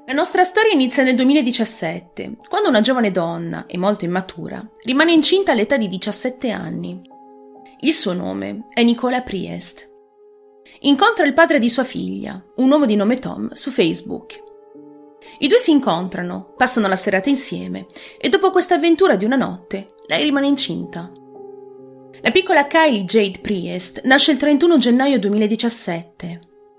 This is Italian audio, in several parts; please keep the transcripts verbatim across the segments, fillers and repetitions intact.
La nostra storia inizia nel duemiladiciassette, quando una giovane donna, e molto immatura, rimane incinta all'età di diciassette anni. Il suo nome è Nicola Priest. Incontra il padre di sua figlia, un uomo di nome Tom, su Facebook. I due si incontrano, passano la serata insieme e dopo questa avventura di una notte, lei rimane incinta. La piccola Kylie Jade Priest nasce il trentuno gennaio duemiladiciassette.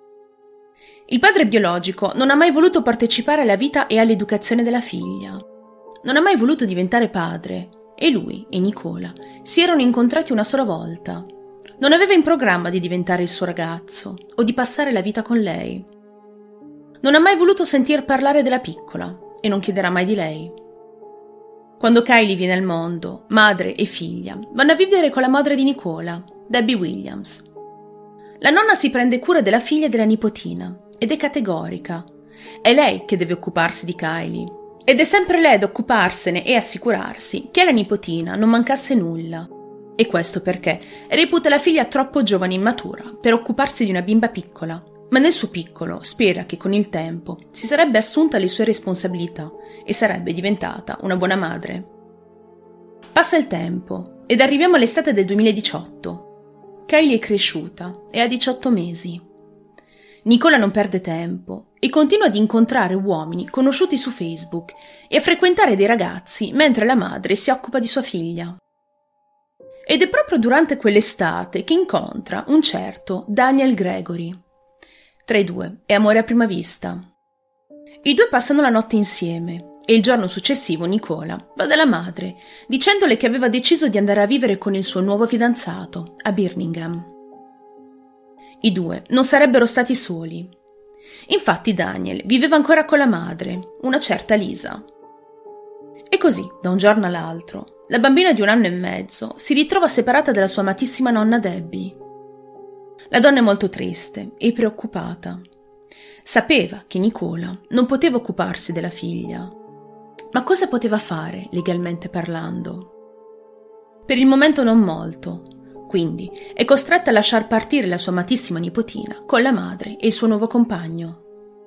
Il padre biologico non ha mai voluto partecipare alla vita e all'educazione della figlia. Non ha mai voluto diventare padre e lui e Nicola si erano incontrati una sola volta. Non aveva in programma di diventare il suo ragazzo o di passare la vita con lei. Non ha mai voluto sentir parlare della piccola e non chiederà mai di lei. Quando Kylie viene al mondo, madre e figlia vanno a vivere con la madre di Nicola, Debbie Williams. La nonna si prende cura della figlia e della nipotina ed è categorica. È lei che deve occuparsi di Kylie ed è sempre lei ad occuparsene e assicurarsi che alla nipotina non mancasse nulla. E questo perché reputa la figlia troppo giovane e immatura per occuparsi di una bimba piccola, ma nel suo piccolo spera che con il tempo si sarebbe assunta le sue responsabilità e sarebbe diventata una buona madre. Passa il tempo ed arriviamo all'estate del duemiladiciotto. Kylie è cresciuta e ha diciotto mesi. Nicola non perde tempo e continua ad incontrare uomini conosciuti su Facebook e a frequentare dei ragazzi mentre la madre si occupa di sua figlia. Ed è proprio durante quell'estate che incontra un certo Daniel Gregory. Tra i due è amore a prima vista. I due passano la notte insieme e il giorno successivo Nicola va dalla madre dicendole che aveva deciso di andare a vivere con il suo nuovo fidanzato a Birmingham. I due non sarebbero stati soli. Infatti Daniel viveva ancora con la madre, una certa Lisa. E così, da un giorno all'altro, la bambina di un anno e mezzo si ritrova separata dalla sua amatissima nonna Debbie. La donna è molto triste e preoccupata. Sapeva che Nicola non poteva occuparsi della figlia. Ma cosa poteva fare, legalmente parlando? Per il momento non molto. Quindi è costretta a lasciar partire la sua amatissima nipotina con la madre e il suo nuovo compagno.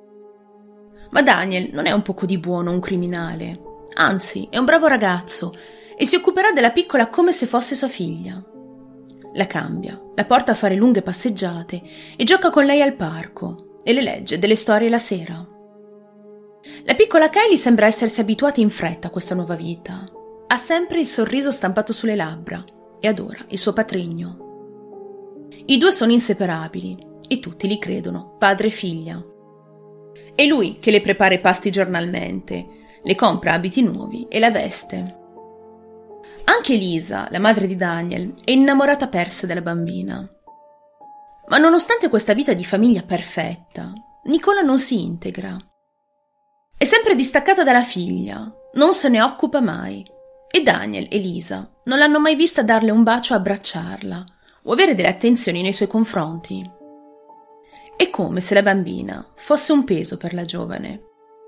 Ma Daniel non è un poco di buono un criminale, anzi è un bravo ragazzo e si occuperà della piccola come se fosse sua figlia. La cambia, la porta a fare lunghe passeggiate e gioca con lei al parco e le legge delle storie la sera. La piccola Kylie sembra essersi abituata in fretta a questa nuova vita. Ha sempre il sorriso stampato sulle labbra e adora il suo patrigno. I due sono inseparabili e tutti li credono padre e figlia. È lui che le prepara i pasti giornalmente, le compra abiti nuovi e la veste. Anche Lisa, la madre di Daniel, è innamorata persa della bambina. Ma nonostante questa vita di famiglia perfetta, Nicola non si integra. È sempre distaccata dalla figlia, non se ne occupa mai. E Daniel e Lisa non l'hanno mai vista darle un bacio o abbracciarla o avere delle attenzioni nei suoi confronti. È come se la bambina fosse un peso per la giovane.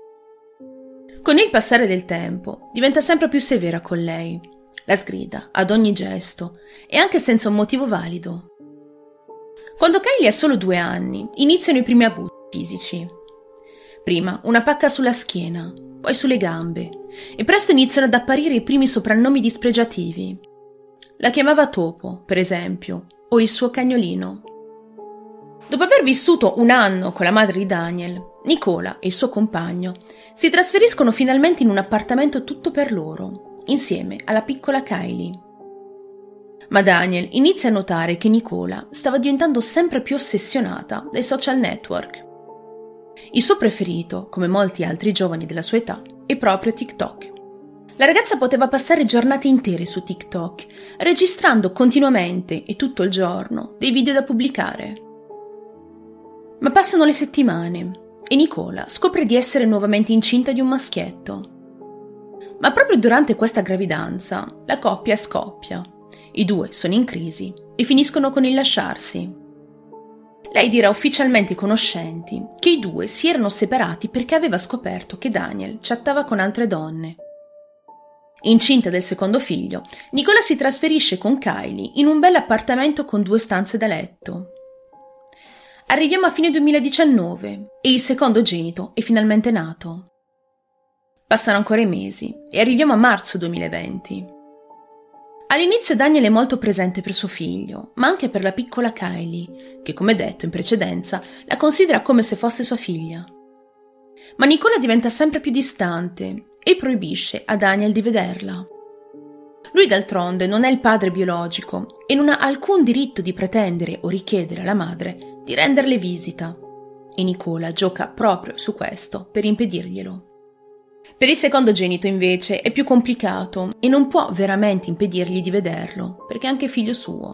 Con il passare del tempo diventa sempre più severa con lei, la sgrida ad ogni gesto e anche senza un motivo valido. Quando Kylie ha solo due anni iniziano i primi abusi fisici. Prima una pacca sulla schiena, poi sulle gambe, e presto iniziano ad apparire i primi soprannomi dispregiativi. La chiamava Topo, per esempio, o il suo cagnolino. Dopo aver vissuto un anno con la madre di Daniel, Nicola e il suo compagno si trasferiscono finalmente in un appartamento tutto per loro, insieme alla piccola Kylie. Ma Daniel inizia a notare che Nicola stava diventando sempre più ossessionata dai social network. Il suo preferito, come molti altri giovani della sua età, è proprio TikTok. La ragazza poteva passare giornate intere su TikTok, registrando continuamente e tutto il giorno dei video da pubblicare. Ma passano le settimane e Nicola scopre di essere nuovamente incinta di un maschietto. Ma proprio durante questa gravidanza la coppia scoppia. I due sono in crisi e finiscono con il lasciarsi. Lei dirà ufficialmente ai conoscenti che i due si erano separati perché aveva scoperto che Daniel chattava con altre donne. Incinta del secondo figlio, Nicola si trasferisce con Kylie in un bel appartamento con due stanze da letto. arriviamo a fine duemiladiciannove e il secondogenito è finalmente nato. Passano ancora i mesi e arriviamo a marzo duemilaventi. All'inizio Daniel è molto presente per suo figlio, ma anche per la piccola Kylie, che come detto in precedenza la considera come se fosse sua figlia. Ma Nicola diventa sempre più distante e proibisce a Daniel di vederla. Lui d'altronde non è il padre biologico e non ha alcun diritto di pretendere o richiedere alla madre di renderle visita, e Nicola gioca proprio su questo per impedirglielo. Per il secondogenito invece è più complicato e non può veramente impedirgli di vederlo, perché è anche figlio suo.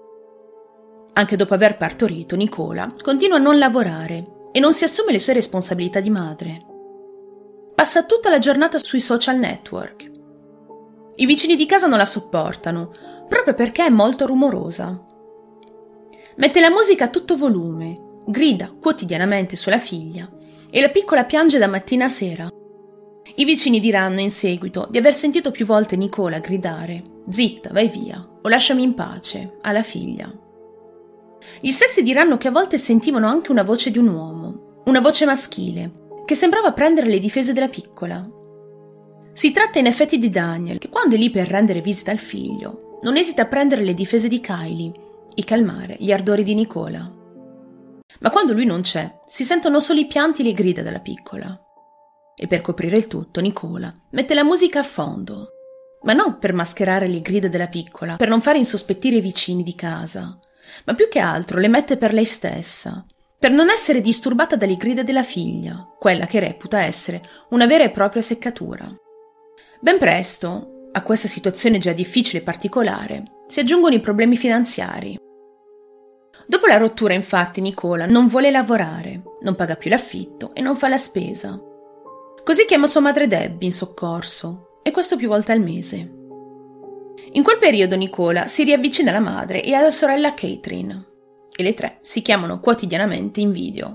Anche dopo aver partorito, Nicola continua a non lavorare e non si assume le sue responsabilità di madre. Passa tutta la giornata sui social network. I vicini di casa non la sopportano, proprio perché è molto rumorosa. Mette la musica a tutto volume, grida quotidianamente sulla figlia e la piccola piange da mattina a sera. I vicini diranno in seguito di aver sentito più volte Nicola gridare «Zitta, vai via» o «Lasciami in pace» alla figlia. Gli stessi diranno che a volte sentivano anche una voce di un uomo, una voce maschile, che sembrava prendere le difese della piccola. Si tratta in effetti di Daniel, che quando è lì per rendere visita al figlio, non esita a prendere le difese di Kylie e calmare gli ardori di Nicola. Ma quando lui non c'è, si sentono solo i pianti e le grida della piccola. E per coprire il tutto, Nicola mette la musica a fondo, ma non per mascherare le grida della piccola, per non fare insospettire i vicini di casa, ma più che altro le mette per lei stessa, per non essere disturbata dalle grida della figlia, quella che reputa essere una vera e propria seccatura. Ben presto, a questa situazione già difficile e particolare, si aggiungono i problemi finanziari. Dopo la rottura, infatti, Nicola non vuole lavorare, non paga più l'affitto e non fa la spesa. Così chiama sua madre Debbie in soccorso, e questo più volte al mese. In quel periodo Nicola si riavvicina alla madre e alla sorella Catherine, e le tre si chiamano quotidianamente in video.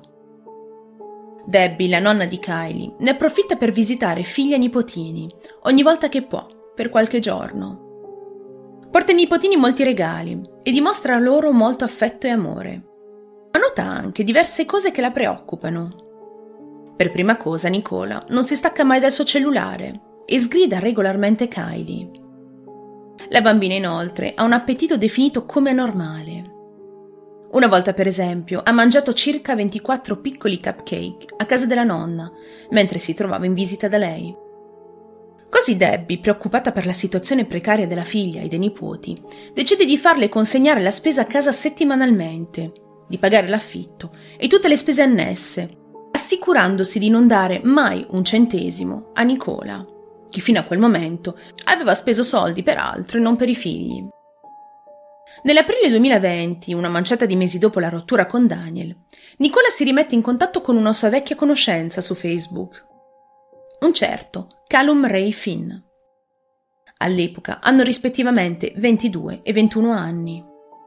Debbie, la nonna di Kylie, ne approfitta per visitare figli e nipotini, ogni volta che può, per qualche giorno. Porta ai nipotini molti regali e dimostra loro molto affetto e amore, ma nota anche diverse cose che la preoccupano. Per prima cosa Nicola non si stacca mai dal suo cellulare e sgrida regolarmente Kylie. La bambina inoltre ha un appetito definito come anormale. Una volta, per esempio, ha mangiato circa ventiquattro piccoli cupcake a casa della nonna, mentre si trovava in visita da lei. Così Debbie, preoccupata per la situazione precaria della figlia e dei nipoti, decide di farle consegnare la spesa a casa settimanalmente, di pagare l'affitto e tutte le spese annesse, assicurandosi di non dare mai un centesimo a Nicola, che fino a quel momento aveva speso soldi per altro e non per i figli. Nell'aprile duemilaventi, una manciata di mesi dopo la rottura con Daniel, Nicola si rimette in contatto con una sua vecchia conoscenza su Facebook, un certo Callum Ray Finn. All'epoca hanno rispettivamente ventidue e ventuno anni.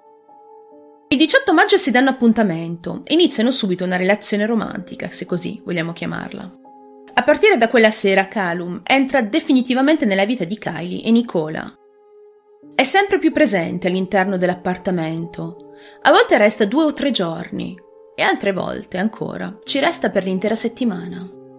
Il diciotto maggio si danno appuntamento e iniziano subito una relazione romantica, se così vogliamo chiamarla. A partire da quella sera Callum entra definitivamente nella vita di Kylie e Nicola. È sempre più presente all'interno dell'appartamento, a volte resta due o tre giorni e altre volte ancora ci resta per l'intera settimana.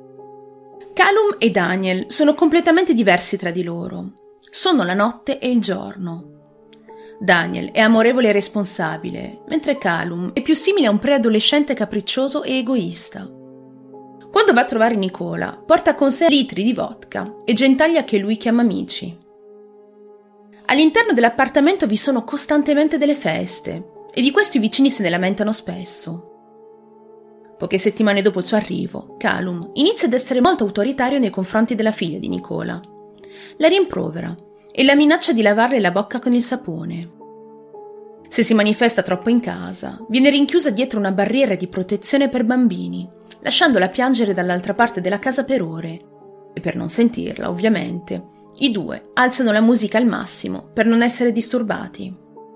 Callum e Daniel sono completamente diversi tra di loro, sono la notte e il giorno. Daniel è amorevole e responsabile, mentre Callum è più simile a un preadolescente capriccioso e egoista. Quando va a trovare Nicola, porta con sé litri di vodka e gentaglia che lui chiama amici. All'interno dell'appartamento vi sono costantemente delle feste e di questo i vicini se ne lamentano spesso. Poche settimane dopo il suo arrivo, Callum inizia ad essere molto autoritario nei confronti della figlia di Nicola. La rimprovera e la minaccia di lavarle la bocca con il sapone. Se si manifesta troppo in casa, viene rinchiusa dietro una barriera di protezione per bambini, lasciandola piangere dall'altra parte della casa per ore. E per non sentirla, ovviamente, i due alzano la musica al massimo per non essere disturbati.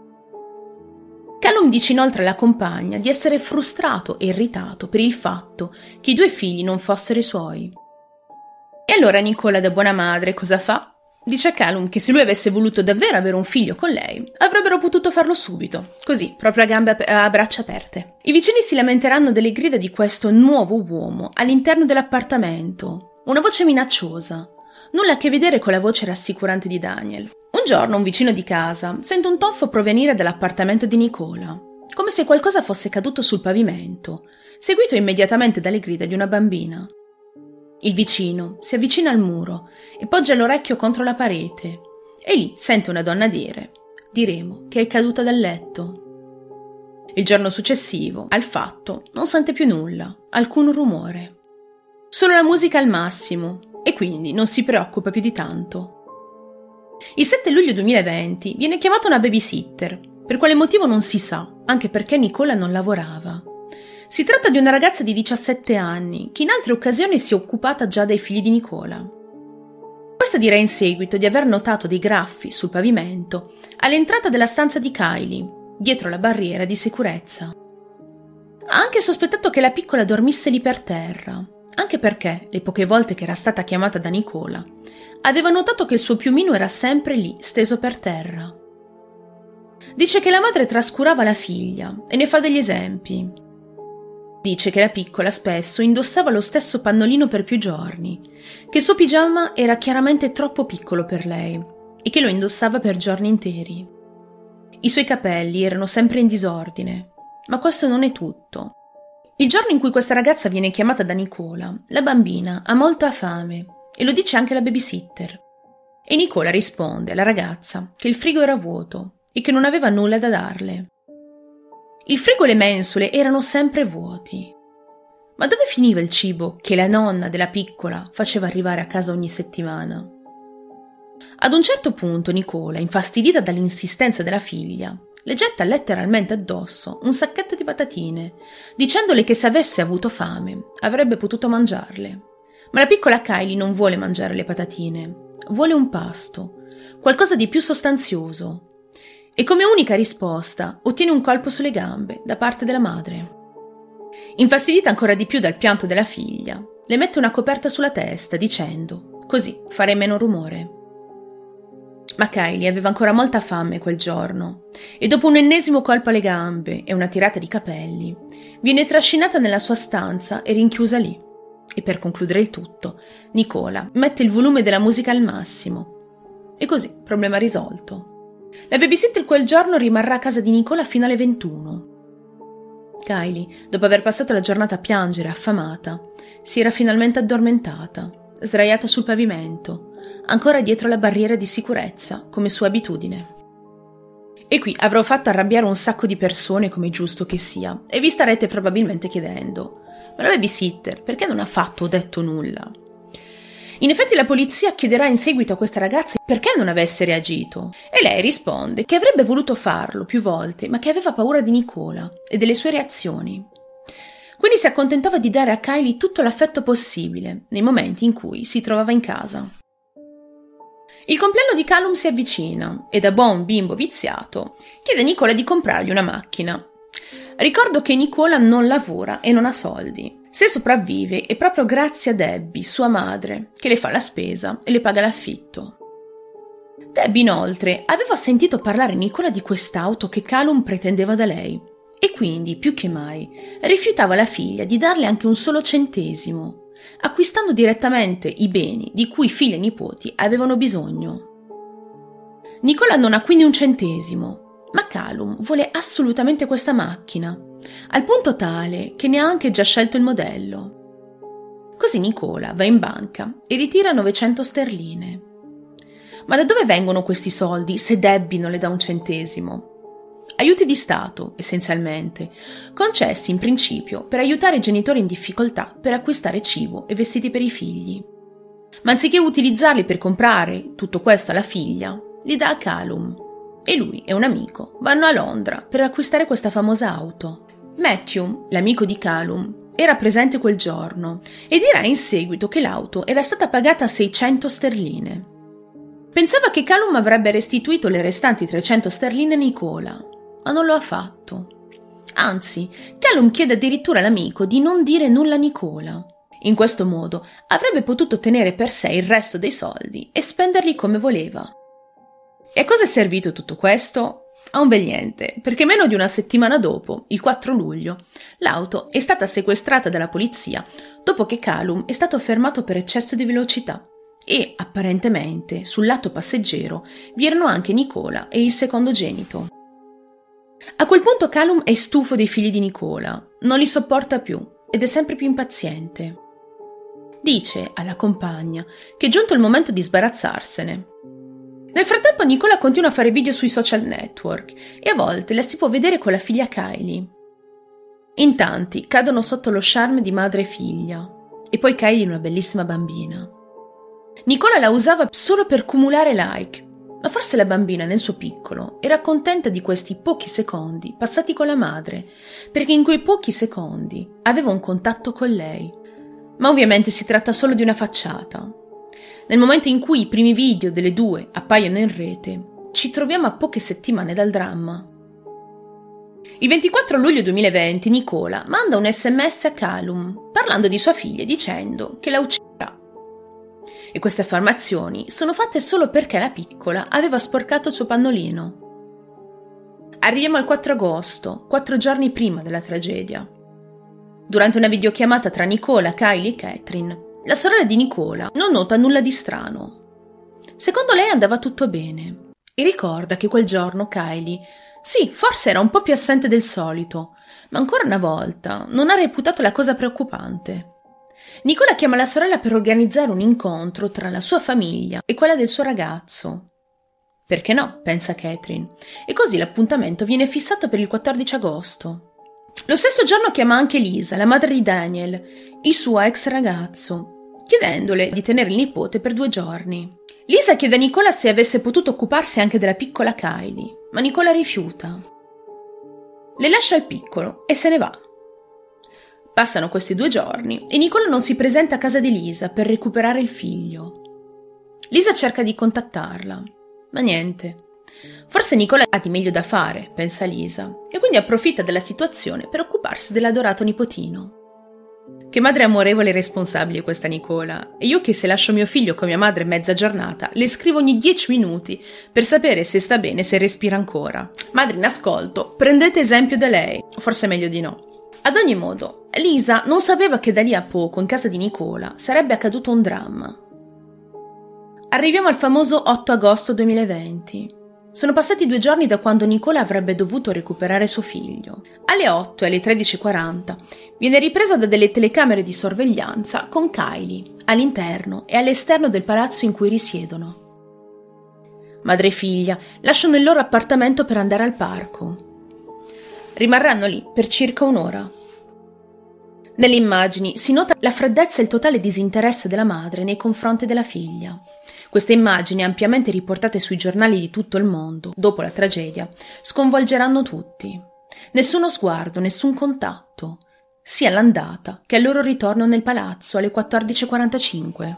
Callum dice inoltre alla compagna di essere frustrato e irritato per il fatto che i due figli non fossero i suoi. E allora Nicola, da buona madre, cosa fa? Dice a Callum che se lui avesse voluto davvero avere un figlio con lei, avrebbero potuto farlo subito, così, proprio a gambe ap- a braccia aperte. I vicini si lamenteranno delle grida di questo nuovo uomo all'interno dell'appartamento, una voce minacciosa, nulla a che vedere con la voce rassicurante di Daniel. Un giorno un vicino di casa sente un tonfo provenire dall'appartamento di Nicola, come se qualcosa fosse caduto sul pavimento, seguito immediatamente dalle grida di una bambina. Il vicino si avvicina al muro e poggia l'orecchio contro la parete e lì sente una donna dire: diremo che è caduta dal letto. Il giorno successivo al fatto non sente più nulla, alcun rumore. Solo la musica al massimo e quindi non si preoccupa più di tanto. Il sette luglio duemilaventi viene chiamata una babysitter, per quale motivo non si sa, anche perché Nicola non lavorava. Si tratta di una ragazza di diciassette anni che in altre occasioni si è occupata già dei figli di Nicola. Questa dirà in seguito di aver notato dei graffi sul pavimento all'entrata della stanza di Kylie, dietro la barriera di sicurezza. Ha anche sospettato che la piccola dormisse lì per terra, anche perché, le poche volte che era stata chiamata da Nicola, aveva notato che il suo piumino era sempre lì, steso per terra. Dice che la madre trascurava la figlia e ne fa degli esempi. Dice che la piccola spesso indossava lo stesso pannolino per più giorni, che il suo pigiama era chiaramente troppo piccolo per lei e che lo indossava per giorni interi. I suoi capelli erano sempre in disordine, ma questo non è tutto. Il giorno in cui questa ragazza viene chiamata da Nicola, la bambina ha molta fame e lo dice anche la babysitter. E Nicola risponde alla ragazza che il frigo era vuoto e che non aveva nulla da darle. Il frigo e le mensole erano sempre vuoti. Ma dove finiva il cibo che la nonna della piccola faceva arrivare a casa ogni settimana? Ad un certo punto Nicola, infastidita dall'insistenza della figlia, le getta letteralmente addosso un sacchetto di patatine, dicendole che se avesse avuto fame avrebbe potuto mangiarle. Ma la piccola Kylie non vuole mangiare le patatine, vuole un pasto, qualcosa di più sostanzioso. E come unica risposta ottiene un colpo sulle gambe da parte della madre. Infastidita ancora di più dal pianto della figlia, le mette una coperta sulla testa dicendo: così farei meno rumore. Ma Kylie aveva ancora molta fame quel giorno e dopo un ennesimo colpo alle gambe e una tirata di capelli, viene trascinata nella sua stanza e rinchiusa lì. E per concludere il tutto, Nicola mette il volume della musica al massimo. E così, problema risolto. La babysitter quel giorno rimarrà a casa di Nicola fino alle ventuno. Kylie, dopo aver passato la giornata a piangere, affamata, si era finalmente addormentata, sdraiata sul pavimento, ancora dietro la barriera di sicurezza, come sua abitudine. E qui avrò fatto arrabbiare un sacco di persone, come è giusto che sia, e vi starete probabilmente chiedendo: ma la babysitter perché non ha fatto o detto nulla? In effetti la polizia chiederà in seguito a questa ragazza perché non avesse reagito e lei risponde che avrebbe voluto farlo più volte ma che aveva paura di Nicola e delle sue reazioni. Quindi si accontentava di dare a Kylie tutto l'affetto possibile nei momenti in cui si trovava in casa. Il compleanno di Callum si avvicina e da buon bimbo viziato chiede a Nicola di comprargli una macchina. Ricordo che Nicola non lavora e non ha soldi. Se sopravvive è proprio grazie a Debbie, sua madre, che le fa la spesa e le paga l'affitto. Debbie, inoltre, aveva sentito parlare Nicola di quest'auto che Callum pretendeva da lei e quindi, più che mai, rifiutava alla figlia di darle anche un solo centesimo, acquistando direttamente i beni di cui figlia e nipoti avevano bisogno. Nicola non ha quindi un centesimo, ma Callum vuole assolutamente questa macchina, al punto tale che ne ha anche già scelto il modello. Così Nicola va in banca e ritira novecento sterline. Ma da dove vengono questi soldi se Debbie non le dà un centesimo? Aiuti di Stato, essenzialmente, concessi in principio per aiutare i genitori in difficoltà per acquistare cibo e vestiti per i figli. Ma anziché utilizzarli per comprare tutto questo alla figlia, li dà a Callum. E lui e un amico vanno a Londra per acquistare questa famosa auto. Matthew, l'amico di Callum, era presente quel giorno e dirà in seguito che l'auto era stata pagata seicento sterline. Pensava che Callum avrebbe restituito le restanti trecento sterline a Nicola, ma non lo ha fatto. Anzi, Callum chiede addirittura all'amico di non dire nulla a Nicola In questo modo avrebbe potuto tenere per sé il resto dei soldi e spenderli come voleva. E a cosa è servito tutto questo? A un bel niente, perché meno di una settimana dopo, il quattro luglio, l'auto è stata sequestrata dalla polizia dopo che Callum è stato fermato per eccesso di velocità e, apparentemente, sul lato passeggero vi erano anche Nicola e il secondogenito. A quel punto Callum è stufo dei figli di Nicola, non li sopporta più ed è sempre più impaziente. Dice alla compagna che è giunto il momento di sbarazzarsene. Nel frattempo Nicola continua a fare video sui social network e a volte la si può vedere con la figlia Kylie. In tanti cadono sotto lo charme di madre e figlia, e poi Kylie è una bellissima bambina. Nicola la usava solo per cumulare like, ma forse la bambina nel suo piccolo era contenta di questi pochi secondi passati con la madre, perché in quei pochi secondi aveva un contatto con lei. Ma ovviamente si tratta solo di una facciata. Nel momento in cui i primi video delle due appaiono in rete, ci troviamo a poche settimane dal dramma. Il ventiquattro luglio duemilaventi Nicola manda un sms a Callum parlando di sua figlia e dicendo che la ucciderà. E queste affermazioni sono fatte solo perché la piccola aveva sporcato il suo pannolino. Arriviamo al quattro agosto, quattro giorni prima della tragedia. Durante una videochiamata tra Nicola, Kylie e Catherine, la sorella di Nicola non nota nulla di strano. Secondo lei andava tutto bene e ricorda che quel giorno Kylie, sì, forse era un po' più assente del solito, ma ancora una volta non ha reputato la cosa preoccupante. Nicola chiama la sorella per organizzare un incontro tra la sua famiglia e quella del suo ragazzo. Perché no, pensa Catherine, e così l'appuntamento viene fissato per il quattordici agosto. Lo stesso giorno chiama anche Lisa, la madre di Daniel, il suo ex ragazzo, chiedendole di tenere il nipote per due giorni. Lisa chiede a Nicola se avesse potuto occuparsi anche della piccola Kylie, ma Nicola rifiuta. Le lascia il piccolo e se ne va. Passano questi due giorni e Nicola non si presenta a casa di Lisa per recuperare il figlio. Lisa cerca di contattarla, ma niente. Forse Nicola ha di meglio da fare, pensa Lisa, e quindi approfitta della situazione per occuparsi dell'adorato nipotino. Che madre amorevole e responsabile questa Nicola, e io che se lascio mio figlio con mia madre mezza giornata, le scrivo ogni dieci minuti per sapere se sta bene, se respira ancora. Madre in ascolto, prendete esempio da lei, forse è meglio di no. Ad ogni modo, Lisa non sapeva che da lì a poco in casa di Nicola sarebbe accaduto un dramma. Arriviamo al famoso otto agosto duemilaventi. Sono passati due giorni da quando Nicola avrebbe dovuto recuperare suo figlio. Alle otto e alle tredici e quaranta viene ripresa da delle telecamere di sorveglianza con Kylie all'interno e all'esterno del palazzo in cui risiedono. Madre e figlia lasciano il loro appartamento per andare al parco. Rimarranno lì per circa un'ora. Nelle immagini si nota la freddezza e il totale disinteresse della madre nei confronti della figlia. Queste immagini, ampiamente riportate sui giornali di tutto il mondo, dopo la tragedia, sconvolgeranno tutti. Nessuno sguardo, nessun contatto, sia all'andata che al loro ritorno nel palazzo alle quattordici e quarantacinque.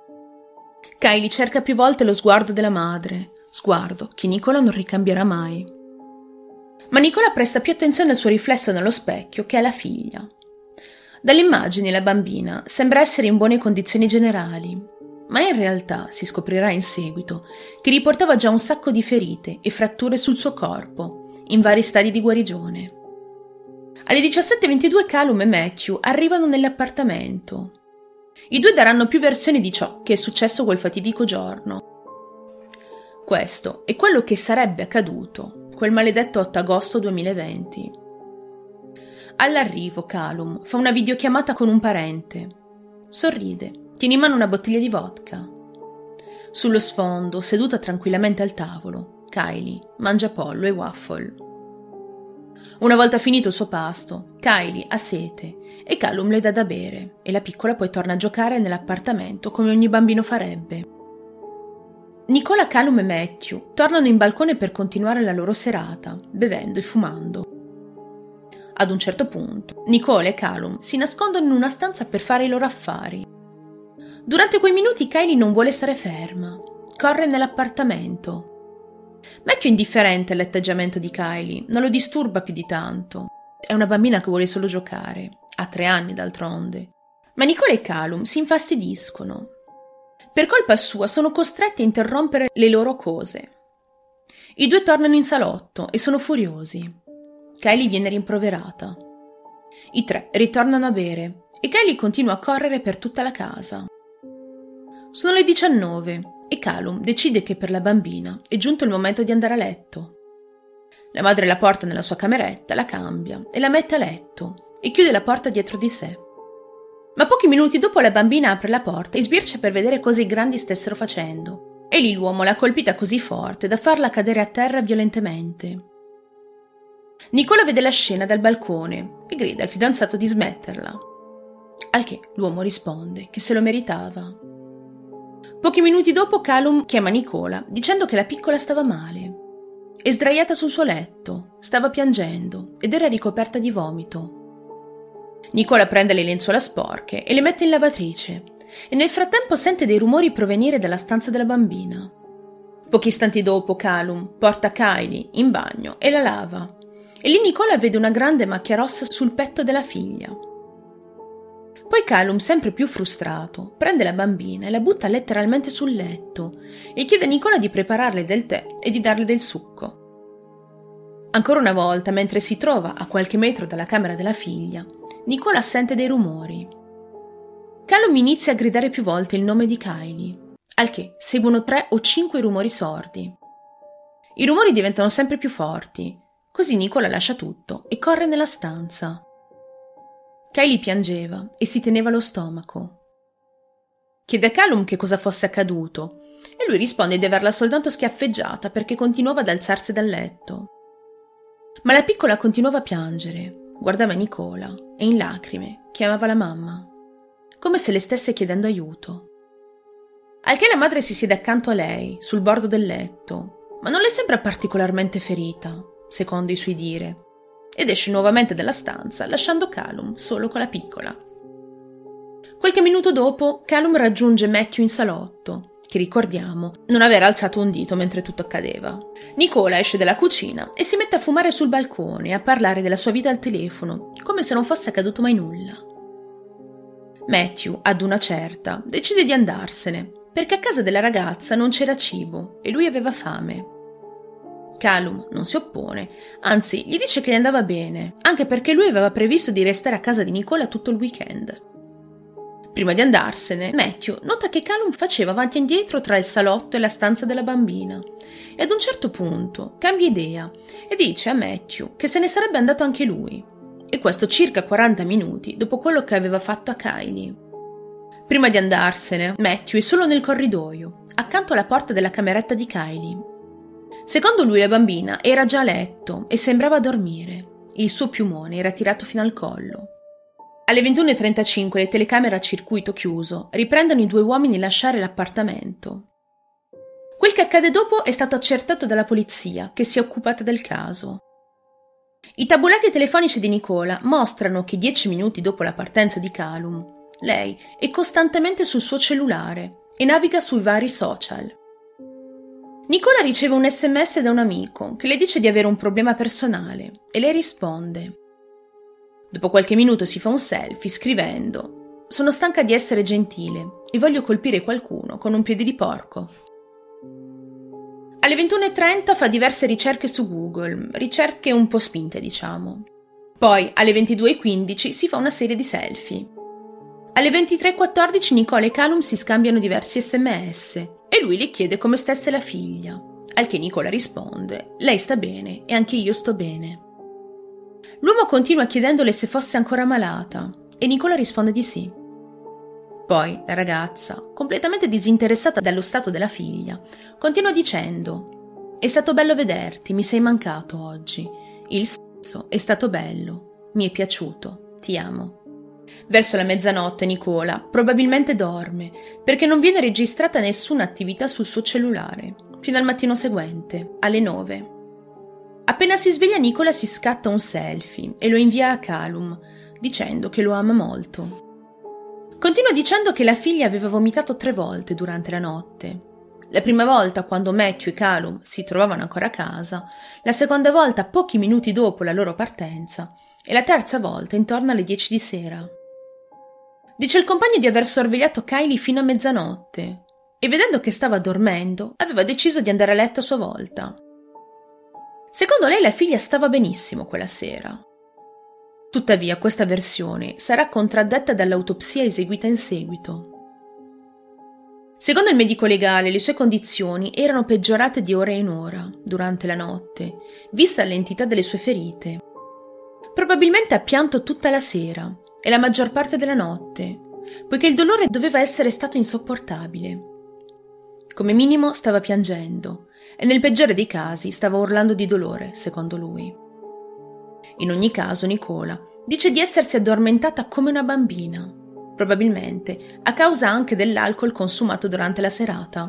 Kylie cerca più volte lo sguardo della madre, sguardo che Nicola non ricambierà mai. Ma Nicola presta più attenzione al suo riflesso nello specchio che alla figlia. Dalle immagini la bambina sembra essere in buone condizioni generali, ma in realtà si scoprirà in seguito che riportava già un sacco di ferite e fratture sul suo corpo, in vari stadi di guarigione. Alle diciassette e ventidue Callum e Matthew arrivano nell'appartamento. I due daranno più versioni di ciò che è successo quel fatidico giorno. Questo è quello che sarebbe accaduto quel maledetto otto agosto duemilaventi. All'arrivo Callum fa una videochiamata con un parente. Sorride, tiene in mano una bottiglia di vodka. Sullo sfondo, seduta tranquillamente al tavolo, Kylie mangia pollo e waffle. Una volta finito il suo pasto, Kylie ha sete e Callum le dà da bere e la piccola poi torna a giocare nell'appartamento come ogni bambino farebbe. Nicola, Callum e Matthew tornano in balcone per continuare la loro serata, bevendo e fumando. Ad un certo punto, Nicola e Callum si nascondono in una stanza per fare i loro affari. Durante quei minuti Kylie non vuole stare ferma, corre nell'appartamento. Matthew è indifferente all'atteggiamento di Kylie, non lo disturba più di tanto. È una bambina che vuole solo giocare, ha tre anni d'altronde. Ma Nicola e Calum si infastidiscono. Per colpa sua sono costretti a interrompere le loro cose. I due tornano in salotto e sono furiosi. Kylie viene rimproverata. I tre ritornano a bere e Kylie continua a correre per tutta la casa. Sono le diciannove e Calum decide che per la bambina è giunto il momento di andare a letto. La madre la porta nella sua cameretta, la cambia e la mette a letto e chiude la porta dietro di sé. Ma pochi minuti dopo la bambina apre la porta e sbircia per vedere cosa i grandi stessero facendo. E lì l'uomo l'ha colpita così forte da farla cadere a terra violentemente. Nicola vede la scena dal balcone e grida al fidanzato di smetterla. Al che l'uomo risponde che se lo meritava. Pochi minuti dopo Calum chiama Nicola dicendo che la piccola stava male. È sdraiata sul suo letto, stava piangendo ed era ricoperta di vomito. Nicola prende le lenzuola sporche e le mette in lavatrice e nel frattempo sente dei rumori provenire dalla stanza della bambina. Pochi istanti dopo Calum porta Kylie in bagno e la lava e lì Nicola vede una grande macchia rossa sul petto della figlia. Poi Calum, sempre più frustrato, prende la bambina e la butta letteralmente sul letto e chiede a Nicola di prepararle del tè e di darle del succo. Ancora una volta, mentre si trova a qualche metro dalla camera della figlia, Nicola sente dei rumori. Calum inizia a gridare più volte il nome di Kylie, al che seguono tre o cinque rumori sordi. I rumori diventano sempre più forti, così Nicola lascia tutto e corre nella stanza. Kylie piangeva e si teneva lo stomaco. Chiede a Calum che cosa fosse accaduto e lui risponde di averla soltanto schiaffeggiata perché continuava ad alzarsi dal letto. Ma la piccola continuava a piangere. Guardava Nicola e in lacrime chiamava la mamma, come se le stesse chiedendo aiuto. Al che la madre si siede accanto a lei, sul bordo del letto, ma non le sembra particolarmente ferita, secondo i suoi dire, ed esce nuovamente dalla stanza, lasciando Calum solo con la piccola. Qualche minuto dopo, Calum raggiunge Matthew in salotto, che ricordiamo non aver alzato un dito mentre tutto accadeva. Nicola esce dalla cucina e si mette a fumare sul balcone e a parlare della sua vita al telefono, come se non fosse accaduto mai nulla. Matthew, ad una certa, decide di andarsene, perché a casa della ragazza non c'era cibo e lui aveva fame. Calum non si oppone, anzi gli dice che gli andava bene, anche perché lui aveva previsto di restare a casa di Nicola tutto il weekend. Prima di andarsene, Matthew nota che Calum faceva avanti e indietro tra il salotto e la stanza della bambina e ad un certo punto cambia idea e dice a Matthew che se ne sarebbe andato anche lui, e questo circa quaranta minuti dopo quello che aveva fatto a Kylie. Prima di andarsene, Matthew è solo nel corridoio, accanto alla porta della cameretta di Kylie. Secondo lui la bambina era già a letto e sembrava dormire, il suo piumone era tirato fino al collo. Alle ventuno e trentacinque le telecamere a circuito chiuso riprendono i due uomini lasciare l'appartamento. Quel che accade dopo è stato accertato dalla polizia, che si è occupata del caso. I tabulati telefonici di Nicola mostrano che dieci minuti dopo la partenza di Calum, lei è costantemente sul suo cellulare e naviga sui vari social. Nicola riceve un sms da un amico che le dice di avere un problema personale e lei risponde. Dopo qualche minuto si fa un selfie scrivendo: «Sono stanca di essere gentile e voglio colpire qualcuno con un piede di porco». Alle ventuno e trenta fa diverse ricerche su Google, ricerche un po' spinte diciamo. Poi alle ventidue e quindici si fa una serie di selfie. Alle ventitré e quattordici Nicola e Calum si scambiano diversi sms e lui le chiede come stesse la figlia, al che Nicola risponde: «Lei sta bene e anche io sto bene». L'uomo continua chiedendole se fosse ancora malata e Nicola risponde di sì. Poi la ragazza, completamente disinteressata dallo stato della figlia, continua dicendo: «È stato bello vederti, mi sei mancato oggi. Il sesso è stato bello, mi è piaciuto, ti amo». Verso la mezzanotte Nicola probabilmente dorme perché non viene registrata nessuna attività sul suo cellulare, fino al mattino seguente, alle nove. Appena si sveglia Nicola si scatta un selfie e lo invia a Calum, dicendo che lo ama molto. Continua dicendo che la figlia aveva vomitato tre volte durante la notte. La prima volta quando Matthew e Calum si trovavano ancora a casa, la seconda volta pochi minuti dopo la loro partenza e la terza volta intorno alle dieci di sera. Dice il compagno di aver sorvegliato Kylie fino a mezzanotte e vedendo che stava dormendo aveva deciso di andare a letto a sua volta. Secondo lei la figlia stava benissimo quella sera. Tuttavia questa versione sarà contraddetta dall'autopsia eseguita in seguito. Secondo il medico legale le sue condizioni erano peggiorate di ora in ora durante la notte, vista l'entità delle sue ferite. Probabilmente ha pianto tutta la sera e la maggior parte della notte, poiché il dolore doveva essere stato insopportabile. Come minimo stava piangendo e nel peggiore dei casi stava urlando di dolore, secondo lui. In ogni caso, Nicola dice di essersi addormentata come una bambina, probabilmente a causa anche dell'alcol consumato durante la serata.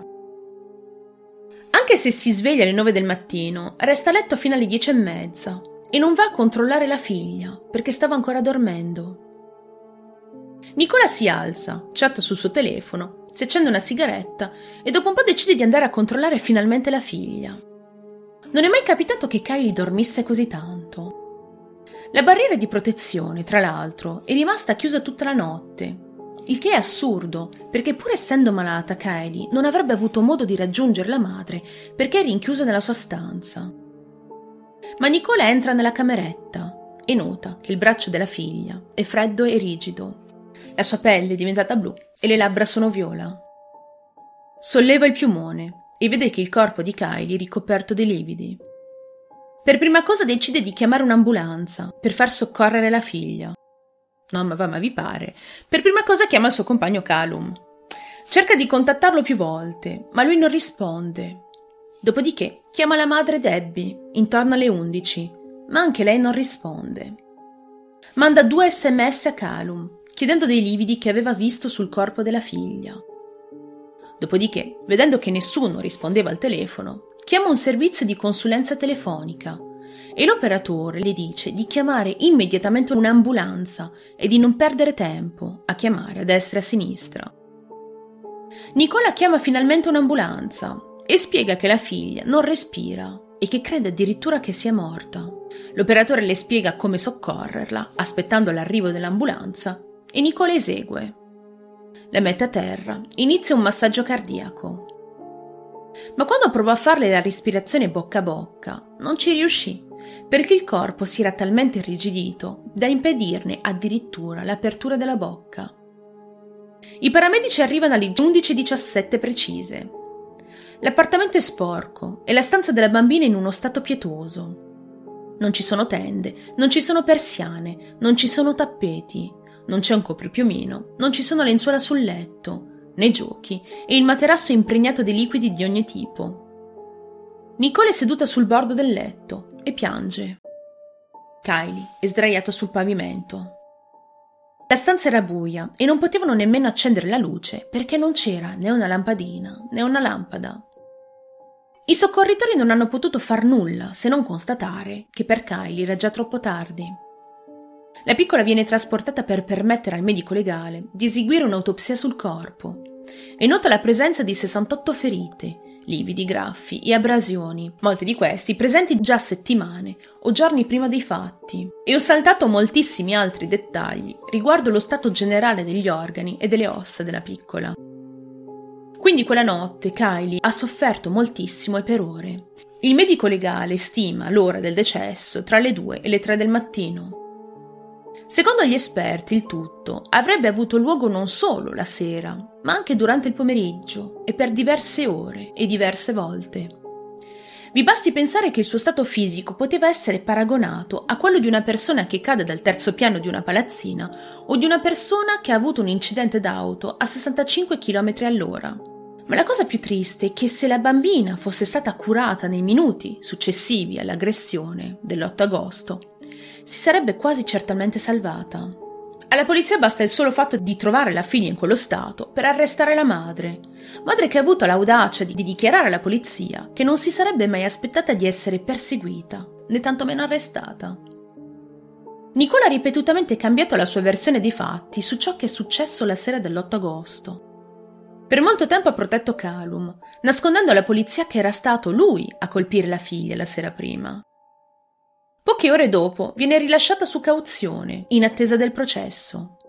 Anche se si sveglia alle nove del mattino, resta a letto fino alle dieci e mezza e non va a controllare la figlia perché stava ancora dormendo. Nicola si alza, chatta sul suo telefono, si accende una sigaretta e dopo un po' decide di andare a controllare finalmente la figlia. Non è mai capitato che Kylie dormisse così tanto. La barriera di protezione, tra l'altro, è rimasta chiusa tutta la notte, il che è assurdo, perché pur essendo malata Kylie non avrebbe avuto modo di raggiungere la madre perché è rinchiusa nella sua stanza. Ma Nicola entra nella cameretta e nota che il braccio della figlia è freddo e rigido. La sua pelle è diventata blu e le labbra sono viola. Solleva il piumone e vede che il corpo di Kylie è ricoperto di lividi. Per prima cosa decide di chiamare un'ambulanza per far soccorrere la figlia. No, ma va, ma vi pare? Per prima cosa chiama il suo compagno Callum. Cerca di contattarlo più volte, ma lui non risponde. Dopodiché chiama la madre Debbie, intorno alle undici, ma anche lei non risponde. Manda due sms a Callum, chiedendo dei lividi che aveva visto sul corpo della figlia. Dopodiché, vedendo che nessuno rispondeva al telefono, chiama un servizio di consulenza telefonica e l'operatore le dice di chiamare immediatamente un'ambulanza e di non perdere tempo a chiamare a destra e a sinistra. Nicola chiama finalmente un'ambulanza e spiega che la figlia non respira e che crede addirittura che sia morta. L'operatore le spiega come soccorrerla, aspettando l'arrivo dell'ambulanza, e Nicola esegue. La mette a terra, inizia un massaggio cardiaco. Ma quando provò a farle la respirazione bocca a bocca, non ci riuscì, perché il corpo si era talmente irrigidito da impedirne addirittura l'apertura della bocca. I paramedici arrivano alle undici e diciassette precise. L'appartamento è sporco e la stanza della bambina è in uno stato pietoso. Non ci sono tende, non ci sono persiane, non ci sono tappeti, non c'è un copripiumino, non ci sono lenzuola sul letto, né giochi, e il materasso è impregnato di liquidi di ogni tipo. Nicola è seduta sul bordo del letto e piange. Kylie è sdraiata sul pavimento. La stanza era buia e non potevano nemmeno accendere la luce perché non c'era né una lampadina né una lampada. I soccorritori non hanno potuto far nulla se non constatare che per Kylie era già troppo tardi. La piccola viene trasportata per permettere al medico legale di eseguire un'autopsia sul corpo e nota la presenza di sessantotto ferite, lividi, graffi e abrasioni, molti di questi presenti già settimane o giorni prima dei fatti, e ho saltato moltissimi altri dettagli riguardo lo stato generale degli organi e delle ossa della piccola. Quindi quella notte Kylie ha sofferto moltissimo e per ore. Il medico legale stima l'ora del decesso tra le due e le tre del mattino. Secondo gli esperti il tutto avrebbe avuto luogo non solo la sera, ma anche durante il pomeriggio e per diverse ore e diverse volte. Vi basti pensare che il suo stato fisico poteva essere paragonato a quello di una persona che cade dal terzo piano di una palazzina o di una persona che ha avuto un incidente d'auto a sessantacinque chilometri all'ora. Ma la cosa più triste è che se la bambina fosse stata curata nei minuti successivi all'aggressione dell'otto agosto, si sarebbe quasi certamente salvata. Alla polizia basta il solo fatto di trovare la figlia in quello stato per arrestare la madre, madre che ha avuto l'audacia di dichiarare alla polizia che non si sarebbe mai aspettata di essere perseguita, né tantomeno arrestata. Nicola ha ripetutamente cambiato la sua versione dei fatti su ciò che è successo la sera dell'otto agosto. Per molto tempo ha protetto Callum, nascondendo alla polizia che era stato lui a colpire la figlia la sera prima. Poche ore dopo viene rilasciata su cauzione, in attesa del processo.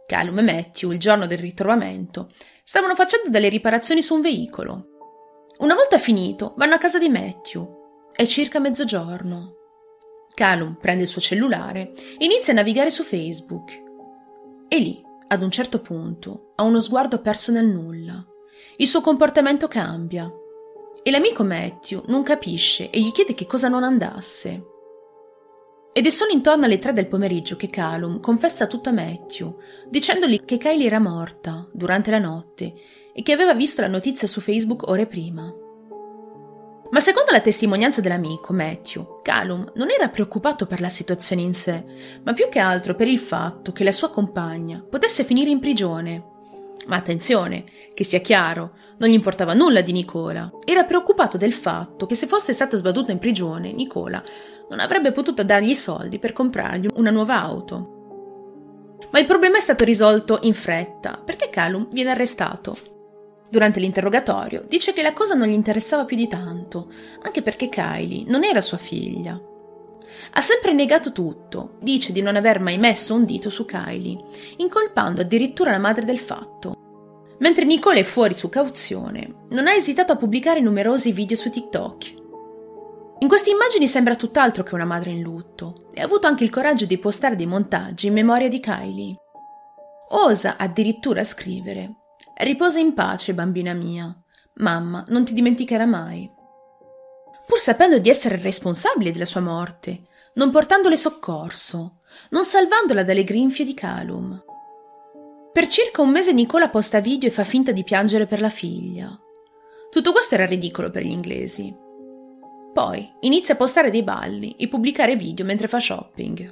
Callum e Matthew, il giorno del ritrovamento, stavano facendo delle riparazioni su un veicolo. Una volta finito, vanno a casa di Matthew. È circa mezzogiorno. Callum prende il suo cellulare e inizia a navigare su Facebook. E lì, ad un certo punto, ha uno sguardo perso nel nulla. Il suo comportamento cambia. E l'amico Matthew non capisce e gli chiede che cosa non andasse. Ed è solo intorno alle tre del pomeriggio che Callum confessa tutto a Matthew, dicendogli che Kylie era morta durante la notte e che aveva visto la notizia su Facebook ore prima. Ma secondo la testimonianza dell'amico Matthew, Callum non era preoccupato per la situazione in sé, ma più che altro per il fatto che la sua compagna potesse finire in prigione. Ma attenzione, che sia chiaro, non gli importava nulla di Nicola. Era preoccupato del fatto che se fosse stata sbattuta in prigione, Nicola non avrebbe potuto dargli i soldi per comprargli una nuova auto. Ma il problema è stato risolto in fretta, perché Callum viene arrestato. Durante l'interrogatorio dice che la cosa non gli interessava più di tanto, anche perché Kylie non era sua figlia. Ha sempre negato tutto, dice di non aver mai messo un dito su Kylie, incolpando addirittura la madre del fatto. Mentre Nicola è fuori su cauzione, non ha esitato a pubblicare numerosi video su TikTok. In queste immagini sembra tutt'altro che una madre in lutto e ha avuto anche il coraggio di postare dei montaggi in memoria di Kylie. Osa addirittura scrivere: «Riposa in pace, bambina mia. Mamma non ti dimenticherà mai». Pur sapendo di essere responsabile della sua morte, non portandole soccorso, non salvandola dalle grinfie di Callum. Per circa un mese Nicola posta video e fa finta di piangere per la figlia. Tutto questo era ridicolo per gli inglesi. Poi inizia a postare dei balli e pubblicare video mentre fa shopping.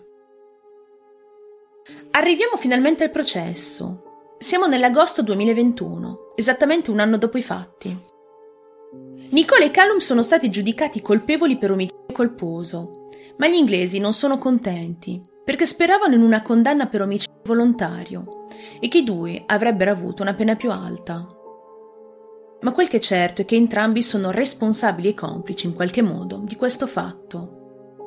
Arriviamo finalmente al processo. Siamo nell'agosto duemilaventuno, esattamente un anno dopo i fatti. Nicola e Callum sono stati giudicati colpevoli per omicidio colposo, ma gli inglesi non sono contenti, perché speravano in una condanna per omicidio volontario e che i due avrebbero avuto una pena più alta. Ma quel che è certo è che entrambi sono responsabili e complici in qualche modo di questo fatto.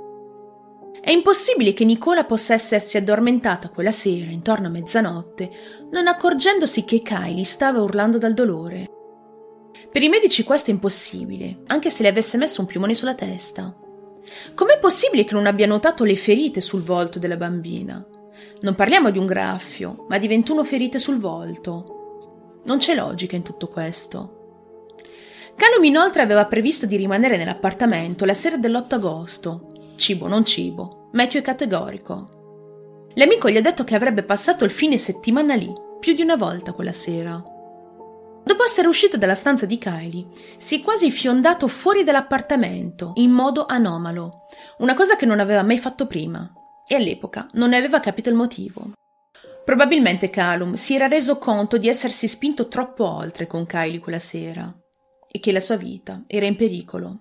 È impossibile che Nicola possa essersi addormentata quella sera intorno a mezzanotte, non accorgendosi che Kylie stava urlando dal dolore. Per i medici questo è impossibile, anche se le avesse messo un piumone sulla testa. Com'è possibile che non abbia notato le ferite sul volto della bambina? Non parliamo di un graffio, ma di ventuno ferite sul volto. Non c'è logica in tutto questo. Callum inoltre aveva previsto di rimanere nell'appartamento la sera dell'otto agosto. Cibo non cibo, Matthew è categorico. L'amico gli ha detto che avrebbe passato il fine settimana lì, più di una volta quella sera. Dopo essere uscito dalla stanza di Kylie, si è quasi fiondato fuori dall'appartamento, in modo anomalo, una cosa che non aveva mai fatto prima, e all'epoca non ne aveva capito il motivo. Probabilmente Callum si era reso conto di essersi spinto troppo oltre con Kylie quella sera, e che la sua vita era in pericolo.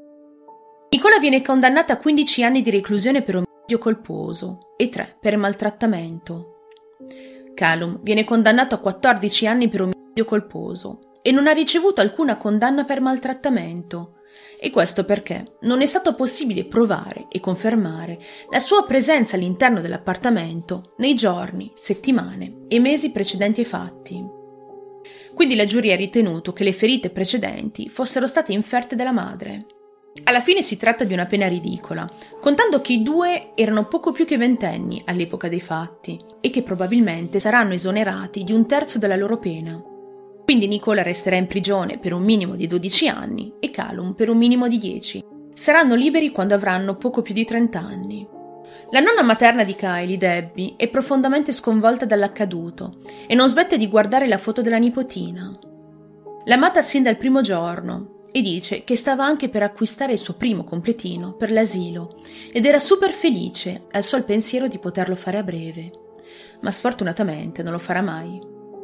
Nicola viene condannata a quindici anni di reclusione per omicidio colposo e tre per maltrattamento. Callum viene condannato a quattordici anni per omicidio colposo e non ha ricevuto alcuna condanna per maltrattamento, e questo perché non è stato possibile provare e confermare la sua presenza all'interno dell'appartamento nei giorni, settimane e mesi precedenti ai fatti. Quindi la giuria ha ritenuto che le ferite precedenti fossero state inferte dalla madre. Alla fine si tratta di una pena ridicola, contando che i due erano poco più che ventenni all'epoca dei fatti e che probabilmente saranno esonerati di un terzo della loro pena. Quindi Nicola resterà in prigione per un minimo di dodici anni e Callum per un minimo di dieci. Saranno liberi quando avranno poco più di trenta anni. La nonna materna di Kylie, Debbie, è profondamente sconvolta dall'accaduto e non smette di guardare la foto della nipotina. L'ha amata sin dal primo giorno e dice che stava anche per acquistare il suo primo completino per l'asilo ed era super felice al sol pensiero di poterlo fare a breve, ma sfortunatamente non lo farà mai.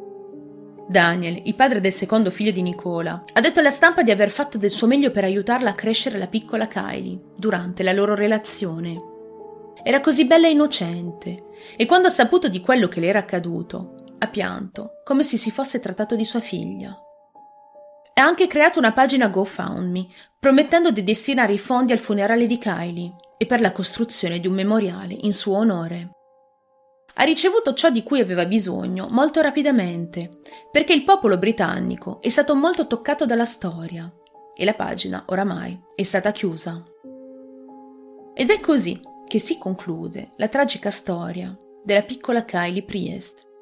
Daniel, il padre del secondo figlio di Nicola, ha detto alla stampa di aver fatto del suo meglio per aiutarla a crescere la piccola Kylie durante la loro relazione. Era così bella e innocente e quando ha saputo di quello che le era accaduto, ha pianto come se si fosse trattato di sua figlia. Ha anche creato una pagina GoFundMe, promettendo di destinare i fondi al funerale di Kylie e per la costruzione di un memoriale in suo onore. Ha ricevuto ciò di cui aveva bisogno molto rapidamente, perché il popolo britannico è stato molto toccato dalla storia e la pagina oramai è stata chiusa. Ed è così che si conclude la tragica storia della piccola Kylie Priest.